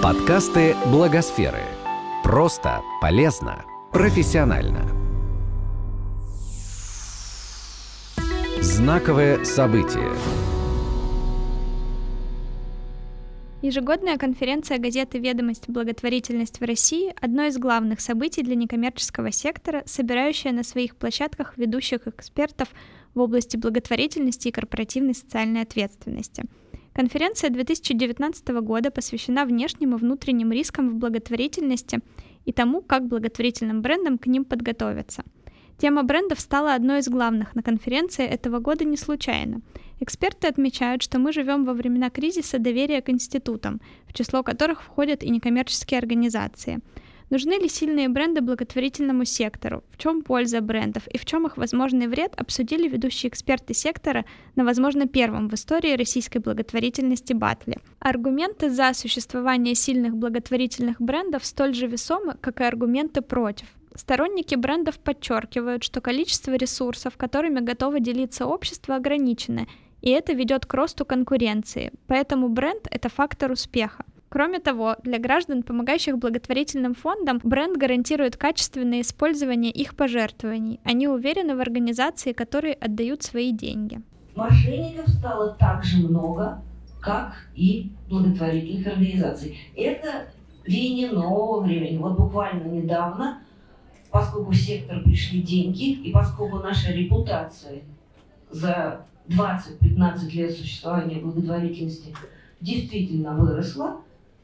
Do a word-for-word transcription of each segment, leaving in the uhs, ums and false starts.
Подкасты Благосферы. Просто, полезно, профессионально. Знаковое событие. Ежегодная конференция газеты «Ведомости. Благотворительность в России» — одно из главных событий для некоммерческого сектора, собирающее на своих площадках ведущих экспертов в области благотворительности и корпоративной социальной ответственности. Конференция две тысячи девятнадцатого года посвящена внешним и внутренним рискам в благотворительности и тому, как благотворительным брендам к ним подготовиться. Тема брендов стала одной из главных на конференции этого года не случайно. Эксперты отмечают, что мы живем во времена кризиса доверия к институтам, в число которых входят и некоммерческие организации. Нужны ли сильные бренды благотворительному сектору? В чем польза брендов и в чем их возможный вред, обсудили ведущие эксперты сектора на, возможно, первом в истории российской благотворительности батле. Аргументы за существование сильных благотворительных брендов столь же весомы, как и аргументы против. Сторонники брендов подчеркивают, что количество ресурсов, которыми готово делиться общество, ограничено, и это ведет к росту конкуренции, поэтому бренд — это фактор успеха. Кроме того, для граждан, помогающих благотворительным фондам, бренд гарантирует качественное использование их пожертвований. Они уверены в организации, которые отдают свои деньги. Мошенников стало так же много, как и благотворительных организаций. Это веяние нового времени. Вот буквально недавно, поскольку в сектор пришли деньги, и поскольку наша репутация за двадцать-пятнадцать лет существования благотворительности действительно выросла,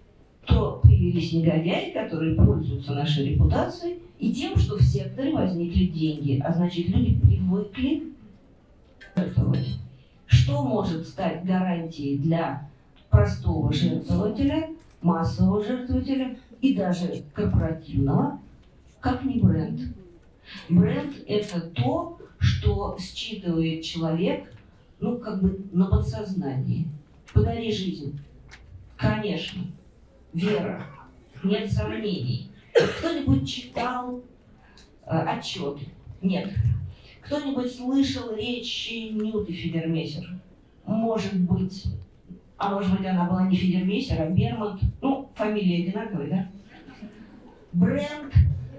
то появились негодяи, которые пользуются нашей репутацией и тем, что в секторе возникли деньги. А значит, люди привыкли жертвовать. Что может стать гарантией для простого жертвователя, массового жертвователя и даже корпоративного, как не бренд? Бренд – это то, что считывает человек, ну, как бы на подсознании. Подари жизнь. Конечно. Вера. Нет сомнений. Кто-нибудь читал э, отчеты? Нет. Кто-нибудь слышал речи Нюты Федермессер? Может быть. А может быть, она была не Федермессер, а Бермонт. Ну, фамилия одинаковая, да? Бренд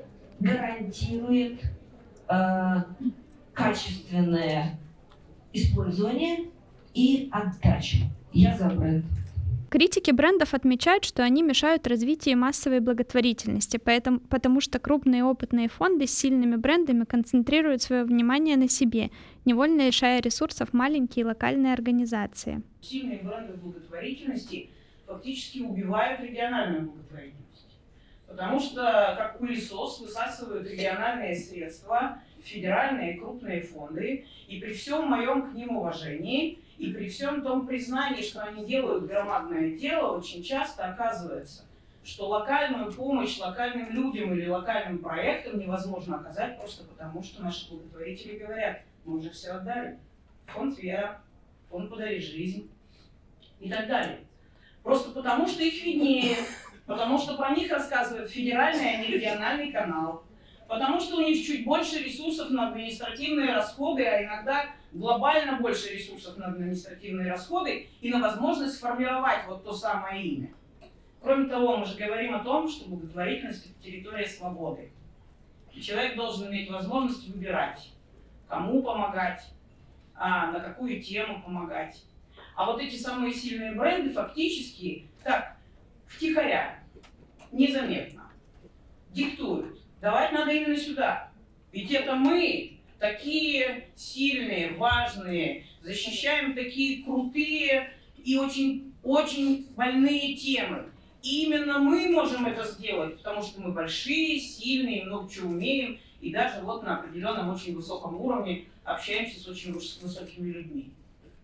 гарантирует э, качественное использование и отдачу. Я за бренд. Критики брендов отмечают, что они мешают развитию массовой благотворительности, поэтому, потому что крупные опытные фонды с сильными брендами концентрируют свое внимание на себе, невольно лишая ресурсов маленькие локальные организации. Сильные бренды благотворительности фактически убивают региональную благотворительность, потому что как пылесос высасывают региональные средства, федеральные крупные фонды, и при всем моем к ним уважении, и при всем том признании, что они делают громадное дело, очень часто оказывается, что локальную помощь локальным людям или локальным проектам невозможно оказать просто потому, что наши благотворители говорят: мы уже все отдали. Фонд «Вера», фонд «Подари жизнь» и так далее. Просто потому, что их виднее, потому что про них рассказывает федеральный, а не региональный канал, потому что у них чуть больше ресурсов на административные расходы, а иногда глобально больше ресурсов на административные расходы и на возможность сформировать вот то самое имя. Кроме того, мы же говорим о том, что благотворительность – это территория свободы. И человек должен иметь возможность выбирать, кому помогать, а на какую тему помогать. А вот эти самые сильные бренды фактически так втихаря, незаметно диктуют. Давать надо именно сюда. Ведь это мы такие сильные, важные, защищаем такие крутые и очень, очень больные темы. И именно мы можем это сделать, потому что мы большие, сильные, много чего умеем, и даже вот на определенном очень высоком уровне общаемся с очень высокими людьми.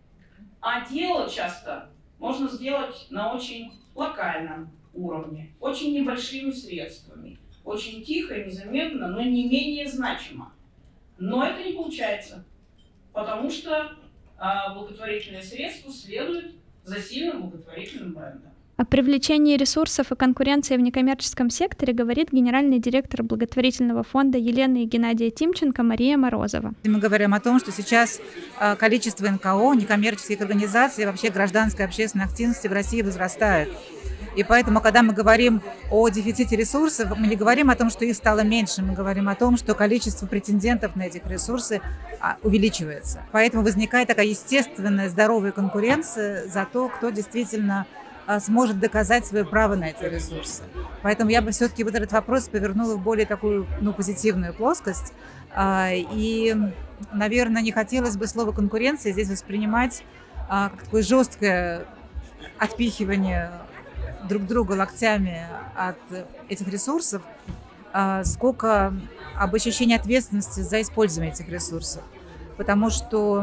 А дело часто можно сделать на очень локальном уровне, очень небольшими средствами, очень тихо и незаметно, но не менее значимо. Но это не получается, потому что а, благотворительные средства следуют за сильным благотворительным брендом. О привлечении ресурсов и конкуренции в некоммерческом секторе говорит генеральный директор благотворительного фонда Елены и Геннадия Тимченко Мария Морозова. Мы говорим о том, что сейчас количество эн ка о, некоммерческих организаций и вообще гражданской общественной активности в России возрастает. И поэтому, когда мы говорим о дефиците ресурсов, мы не говорим о том, что их стало меньше, мы говорим о том, что количество претендентов на эти ресурсы увеличивается. Поэтому возникает такая естественная здоровая конкуренция за то, кто действительно сможет доказать свое право на эти ресурсы. Поэтому я бы все-таки вот этот вопрос повернула в более такую, ну, позитивную плоскость. И, наверное, не хотелось бы слово «конкуренция» здесь воспринимать как такое жесткое отпихивание друг друга локтями от этих ресурсов, сколько об ощущении ответственности за использование этих ресурсов. Потому что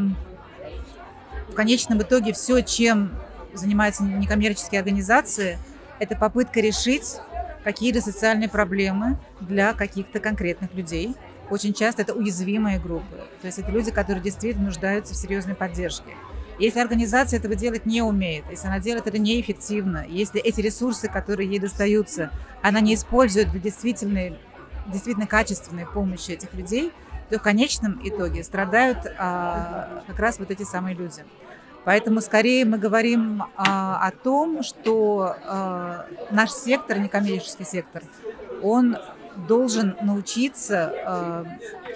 в конечном итоге все, чем занимаются некоммерческие организации, это попытка решить какие-то социальные проблемы для каких-то конкретных людей. Очень часто это уязвимые группы, то есть это люди, которые действительно нуждаются в серьезной поддержке. Если организация этого делать не умеет, если она делает это неэффективно, если эти ресурсы, которые ей достаются, она не использует для действительно, действительно качественной помощи этих людей, то в конечном итоге страдают а, как раз вот эти самые люди. Поэтому скорее мы говорим а, о том, что а, наш сектор, некоммерческий сектор, он должен научиться а,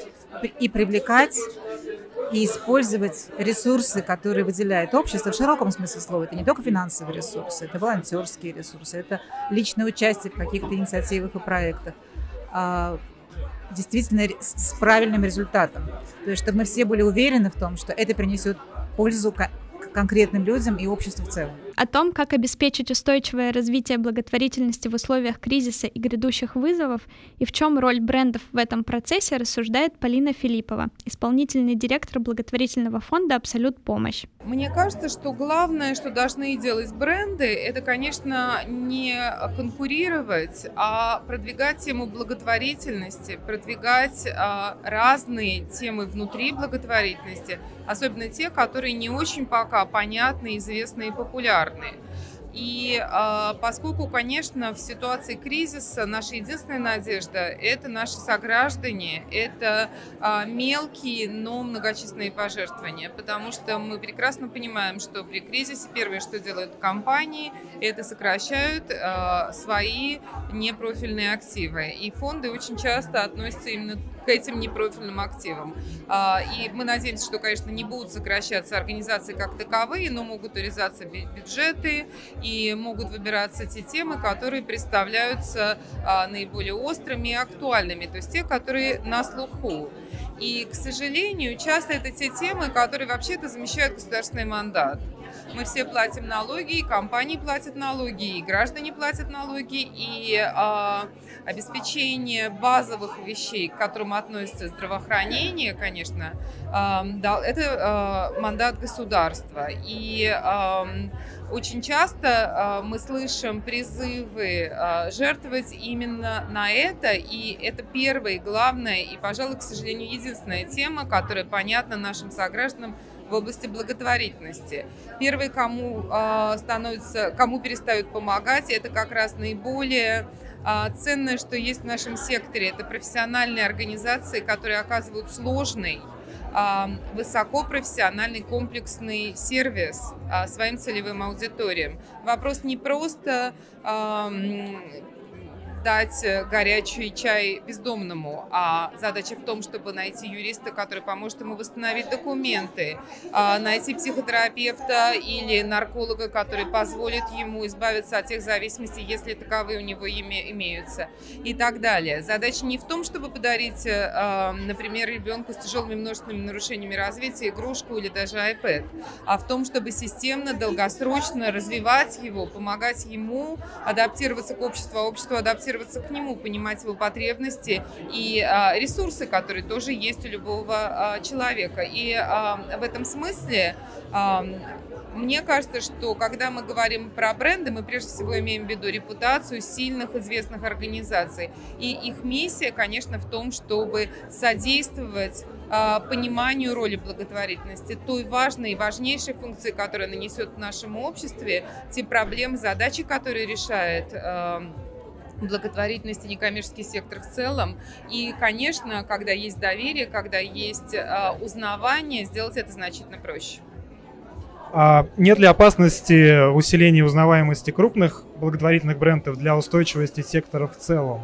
и привлекать, и использовать ресурсы, которые выделяет общество в широком смысле слова. Это не только финансовые ресурсы, это волонтерские ресурсы, это личное участие в каких-то инициативах и проектах. А, действительно с правильным результатом. То есть чтобы мы все были уверены в том, что это принесет пользу конкретным людям и обществу в целом. О том, как обеспечить устойчивое развитие благотворительности в условиях кризиса и грядущих вызовов, и в чем роль брендов в этом процессе, рассуждает Полина Филиппова, исполнительный директор благотворительного фонда «Абсолют Помощь». Мне кажется, что главное, что должны делать бренды, это, конечно, не конкурировать, а продвигать тему благотворительности, продвигать а, разные темы внутри благотворительности, особенно те, которые не очень пока понятны, известны и популярны. И э, поскольку, конечно, в ситуации кризиса наша единственная надежда – это наши сограждане, это э, мелкие, но многочисленные пожертвования, потому что мы прекрасно понимаем, что при кризисе первое, что делают компании, это сокращают э, свои непрофильные активы. И фонды очень часто относятся именно к этим непрофильным активам. И мы надеемся, что, конечно, не будут сокращаться организации как таковые, но могут урезаться бюджеты и могут выбираться те темы, которые представляются наиболее острыми и актуальными, то есть те, которые на слуху. И, к сожалению, часто это те темы, которые вообще-то замещают государственный мандат. Мы все платим налоги, и компании платят налоги, и граждане платят налоги, и э, обеспечение базовых вещей, к которым относится здравоохранение, конечно, э, да, это э, мандат государства. И э, очень часто э, мы слышим призывы э, жертвовать именно на это, и это первая и главная, и, пожалуй, к сожалению, единственная тема, которая понятна нашим согражданам в области благотворительности. Первые, кому э, становится, кому перестают помогать, это как раз наиболее э, ценное, что есть в нашем секторе. Это профессиональные организации, которые оказывают сложный, э, высокопрофессиональный комплексный сервис э, своим целевым аудиториям. Вопрос не просто э, дать горячий чай бездомному, а задача в том, чтобы найти юриста, который поможет ему восстановить документы, найти психотерапевта или нарколога, который позволит ему избавиться от тех зависимостей, если таковые у него имеются, и так далее. Задача не в том, чтобы подарить, например, ребенку с тяжелыми множественными нарушениями развития игрушку или даже iPad, а в том, чтобы системно, долгосрочно развивать его, помогать ему адаптироваться к обществу, а общество адаптироваться к нему, понимать его потребности и а, ресурсы, которые тоже есть у любого а, человека. И а, в этом смысле а, мне кажется, что когда мы говорим про бренды, мы прежде всего имеем в виду репутацию сильных, известных организаций. И их миссия, конечно, в том, чтобы содействовать а, пониманию роли благотворительности, той важной и важнейшей функции, которая нанесет в нашем обществе, те проблемы, задачи, которые решает а, благотворительность и некоммерческий сектор в целом. И, конечно, когда есть доверие, когда есть э, узнавание, сделать это значительно проще. А нет ли опасности усиления узнаваемости крупных благотворительных брендов для устойчивости сектора в целом?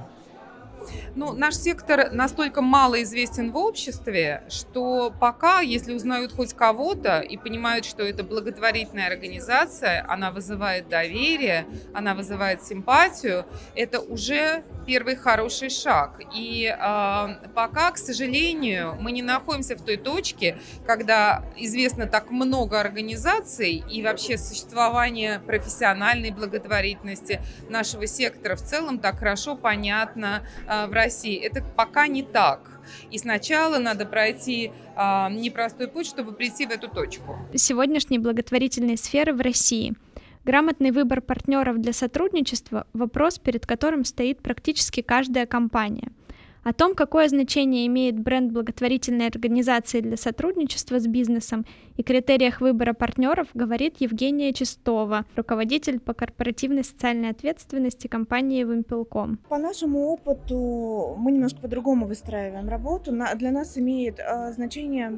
Ну, наш сектор настолько мало известен в обществе, что пока, если узнают хоть кого-то и понимают, что это благотворительная организация, она вызывает доверие, она вызывает симпатию, это уже первый хороший шаг. И э, пока, к сожалению, мы не находимся в той точке, когда известно так много организаций и вообще существование профессиональной благотворительности нашего сектора в целом так хорошо понятно э, в России. Это пока не так. И сначала надо пройти э, непростой путь, чтобы прийти в эту точку. Сегодняшней благотворительной сферы в России. Грамотный выбор партнеров для сотрудничества – вопрос, перед которым стоит практически каждая компания. О том, какое значение имеет бренд благотворительной организации для сотрудничества с бизнесом и критериях выбора партнеров, говорит Евгения Чистова, руководитель по корпоративной социальной ответственности компании Вимпелком. По нашему опыту мы немножко по-другому выстраиваем работу. Для нас имеет значение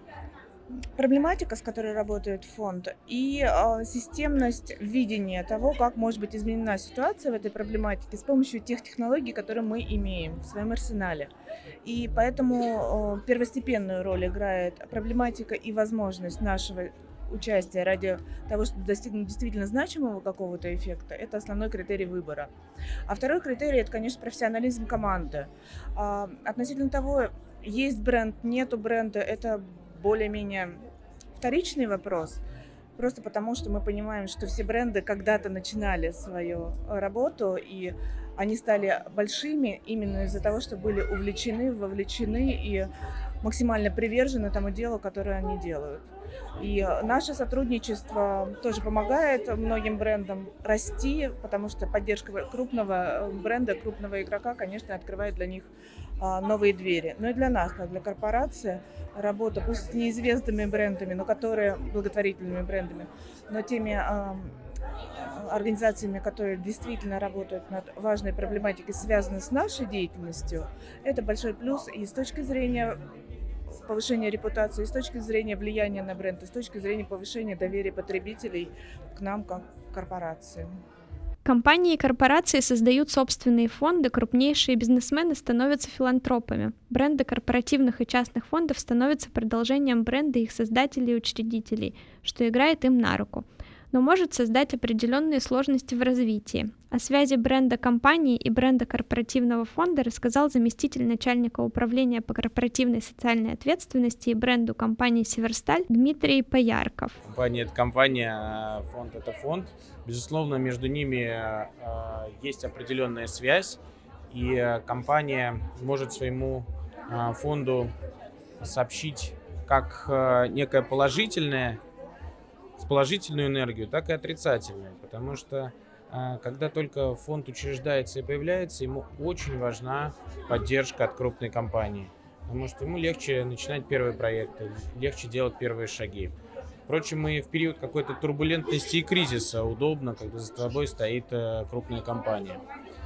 проблематика, с которой работает фонд, и э, системность видения того, как может быть изменена ситуация в этой проблематике с помощью тех технологий, которые мы имеем в своем арсенале. И поэтому э, первостепенную роль играет проблематика и возможность нашего участия ради того, чтобы достигнуть действительно значимого какого-то эффекта. Это основной критерий выбора. А второй критерий – это, конечно, профессионализм команды. Э, относительно того, есть бренд, нету бренда, это более-менее вторичный вопрос, просто потому что мы понимаем, что все бренды когда-то начинали свою работу, и они стали большими именно из-за того, что были увлечены, вовлечены и максимально привержены тому делу, которое они делают. И наше сотрудничество тоже помогает многим брендам расти, потому что поддержка крупного бренда, крупного игрока, конечно, открывает для них новые двери. Но и для нас, как для корпорации, работа, пусть с неизвестными брендами, но которые благотворительными брендами, но теми э, организациями, которые действительно работают над важной проблематикой, связанной с нашей деятельностью, это большой плюс и с точки зрения повышения репутации, и с точки зрения влияния на бренд, и с точки зрения повышения доверия потребителей к нам как корпорации. Компании и корпорации создают собственные фонды, крупнейшие бизнесмены становятся филантропами. Бренды корпоративных и частных фондов становятся продолжением бренда их создателей и учредителей, что играет им на руку, но может создать определенные сложности в развитии. О связи бренда компании и бренда корпоративного фонда рассказал заместитель начальника управления по корпоративной социальной ответственности и бренду компании «Северсталь» Дмитрий Поярков. Компания – это компания, фонд – это фонд. Безусловно, между ними есть определенная связь, и компания может своему фонду сообщить как некое положительное, с положительную энергию, так и отрицательную, потому что когда только фонд учреждается и появляется, ему очень важна поддержка от крупной компании, потому что ему легче начинать первые проекты, легче делать первые шаги. Впрочем, и в период какой-то турбулентности и кризиса удобно, когда за тобой стоит крупная компания.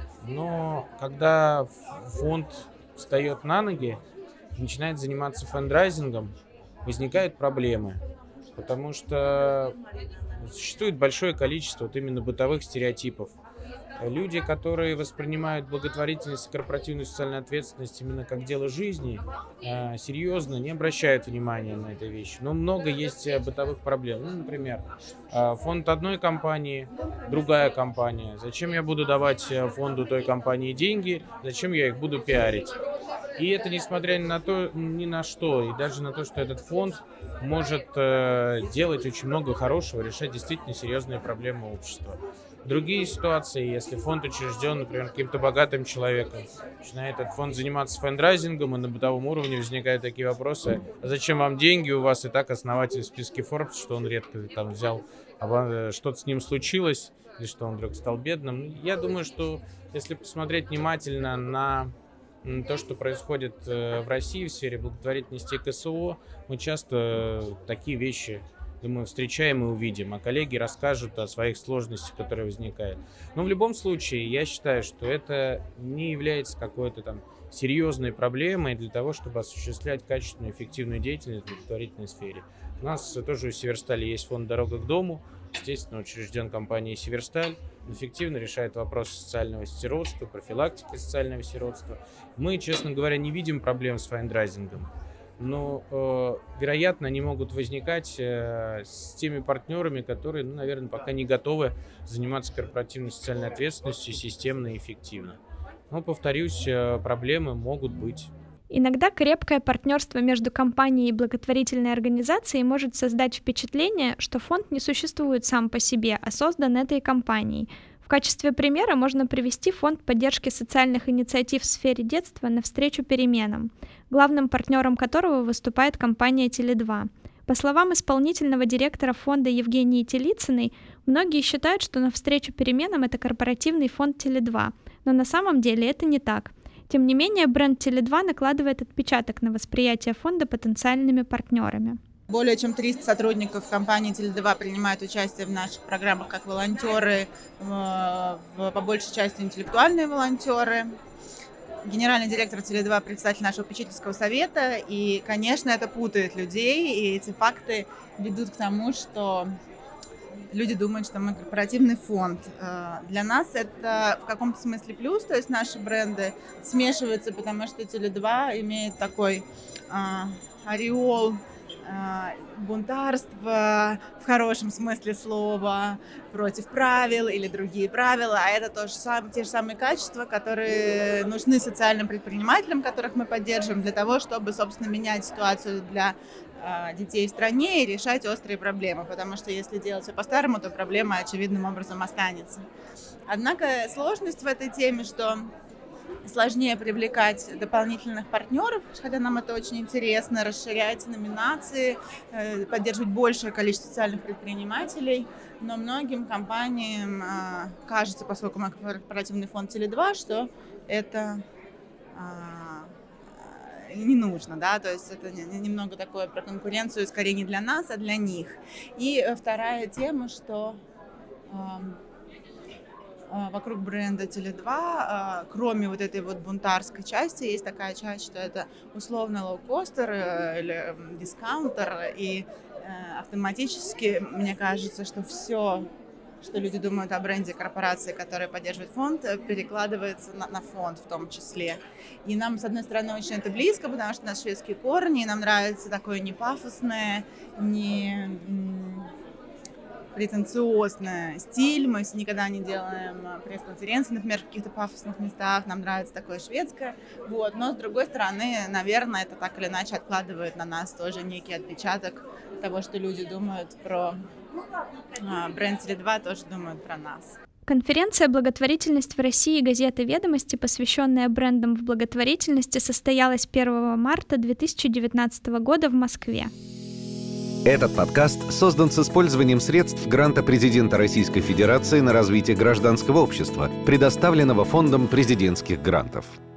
Но когда фонд встает на ноги, начинает заниматься фандрайзингом, возникают проблемы. Потому что существует большое количество вот именно бытовых стереотипов. Люди, которые воспринимают благотворительность и корпоративную социальную ответственность именно как дело жизни, серьезно не обращают внимания на эти вещи. Но много есть бытовых проблем. Ну, например, фонд одной компании, другая компания. Зачем я буду давать фонду той компании деньги? Зачем я их буду пиарить? И это несмотря ни на то, ни на что, и даже на то, что этот фонд может э, делать очень много хорошего, решать действительно серьезные проблемы общества. Другие ситуации, если фонд учрежден, например, каким-то богатым человеком, начинает этот фонд заниматься фандрайзингом, и на бытовом уровне возникают такие вопросы: а зачем вам деньги, у вас и так основатель в списке Forbes, что он редко там взял, а что-то с ним случилось, или что он вдруг стал бедным. Я думаю, что если посмотреть внимательно на то, что происходит в России в сфере благотворительности и ка эс о, мы часто такие вещи, думаю, встречаем и увидим, а коллеги расскажут о своих сложностях, которые возникают. Но в любом случае, я считаю, что это не является какой-то там серьезной проблемой для того, чтобы осуществлять качественную, эффективную деятельность в благотворительной сфере. У нас тоже у Северстали есть фонд «Дорога к дому», естественно, учрежден компанией «Северсталь», эффективно решает вопросы социального сиротства, профилактики социального сиротства. Мы, честно говоря, не видим проблем с фандрайзингом, но, э, вероятно, они могут возникать э, с теми партнерами, которые, ну, наверное, пока не готовы заниматься корпоративной социальной ответственностью системно и эффективно. Но, повторюсь, э, проблемы могут быть. Иногда крепкое партнерство между компанией и благотворительной организацией может создать впечатление, что фонд не существует сам по себе, а создан этой компанией. В качестве примера можно привести фонд поддержки социальных инициатив в сфере детства «Навстречу переменам», главным партнером которого выступает компания теле два. По словам исполнительного директора фонда Евгении Телицыной, многие считают, что «Навстречу переменам» — это корпоративный фонд теле два, но на самом деле это не так. Тем не менее, бренд теле два накладывает отпечаток на восприятие фонда потенциальными партнерами. Более чем триста сотрудников компании теле два принимают участие в наших программах как волонтеры, в, в, по большей части интеллектуальные волонтеры. Генеральный директор теле два, председатель нашего попечительского совета. И, конечно, это путает людей, и эти факты ведут к тому, что люди думают, что мы корпоративный фонд. Для нас это в каком-то смысле плюс, то есть наши бренды смешиваются, потому что теле два имеет такой а, ореол а, бунтарства в хорошем смысле слова, против правил или другие правила, а это то же самое, те же самые качества, которые нужны социальным предпринимателям, которых мы поддерживаем, для того, чтобы, собственно, менять ситуацию для детей в стране и решать острые проблемы, потому что если делать все по-старому, то проблема очевидным образом останется. Однако сложность в этой теме, что сложнее привлекать дополнительных партнеров, хотя нам это очень интересно, расширять номинации, поддерживать большее количество социальных предпринимателей, но многим компаниям кажется, поскольку мы корпоративный фонд теле два, что это не нужно, да, то есть это немного такое про конкуренцию, скорее не для нас, а для них. И вторая тема, что э, э, вокруг бренда теле два, э, кроме вот этой вот бунтарской части, есть такая часть, что это условно лоукостер э, или дискаунтер, и э, автоматически, мне кажется, что все, что люди думают о бренде корпорации, которая поддерживает фонд, перекладывается на, на фонд в том числе. И нам, с одной стороны, очень это близко, потому что у нас шведские корни, и нам нравится такое не пафосное, не м- претенциозный стиль. Мы никогда не делаем пресс-конференции, например, в каких-то пафосных местах. Нам нравится такое шведское. Вот. Но, с другой стороны, наверное, это так или иначе откладывает на нас тоже некий отпечаток того, что люди думают про а, бренд теле два, тоже думают про нас. Конференция «Благотворительность в России» газеты «Ведомости», посвященная брендам в благотворительности, состоялась первого марта две тысячи девятнадцатого года в Москве. Этот подкаст создан с использованием средств гранта президента Российской Федерации на развитие гражданского общества, предоставленного Фондом президентских грантов.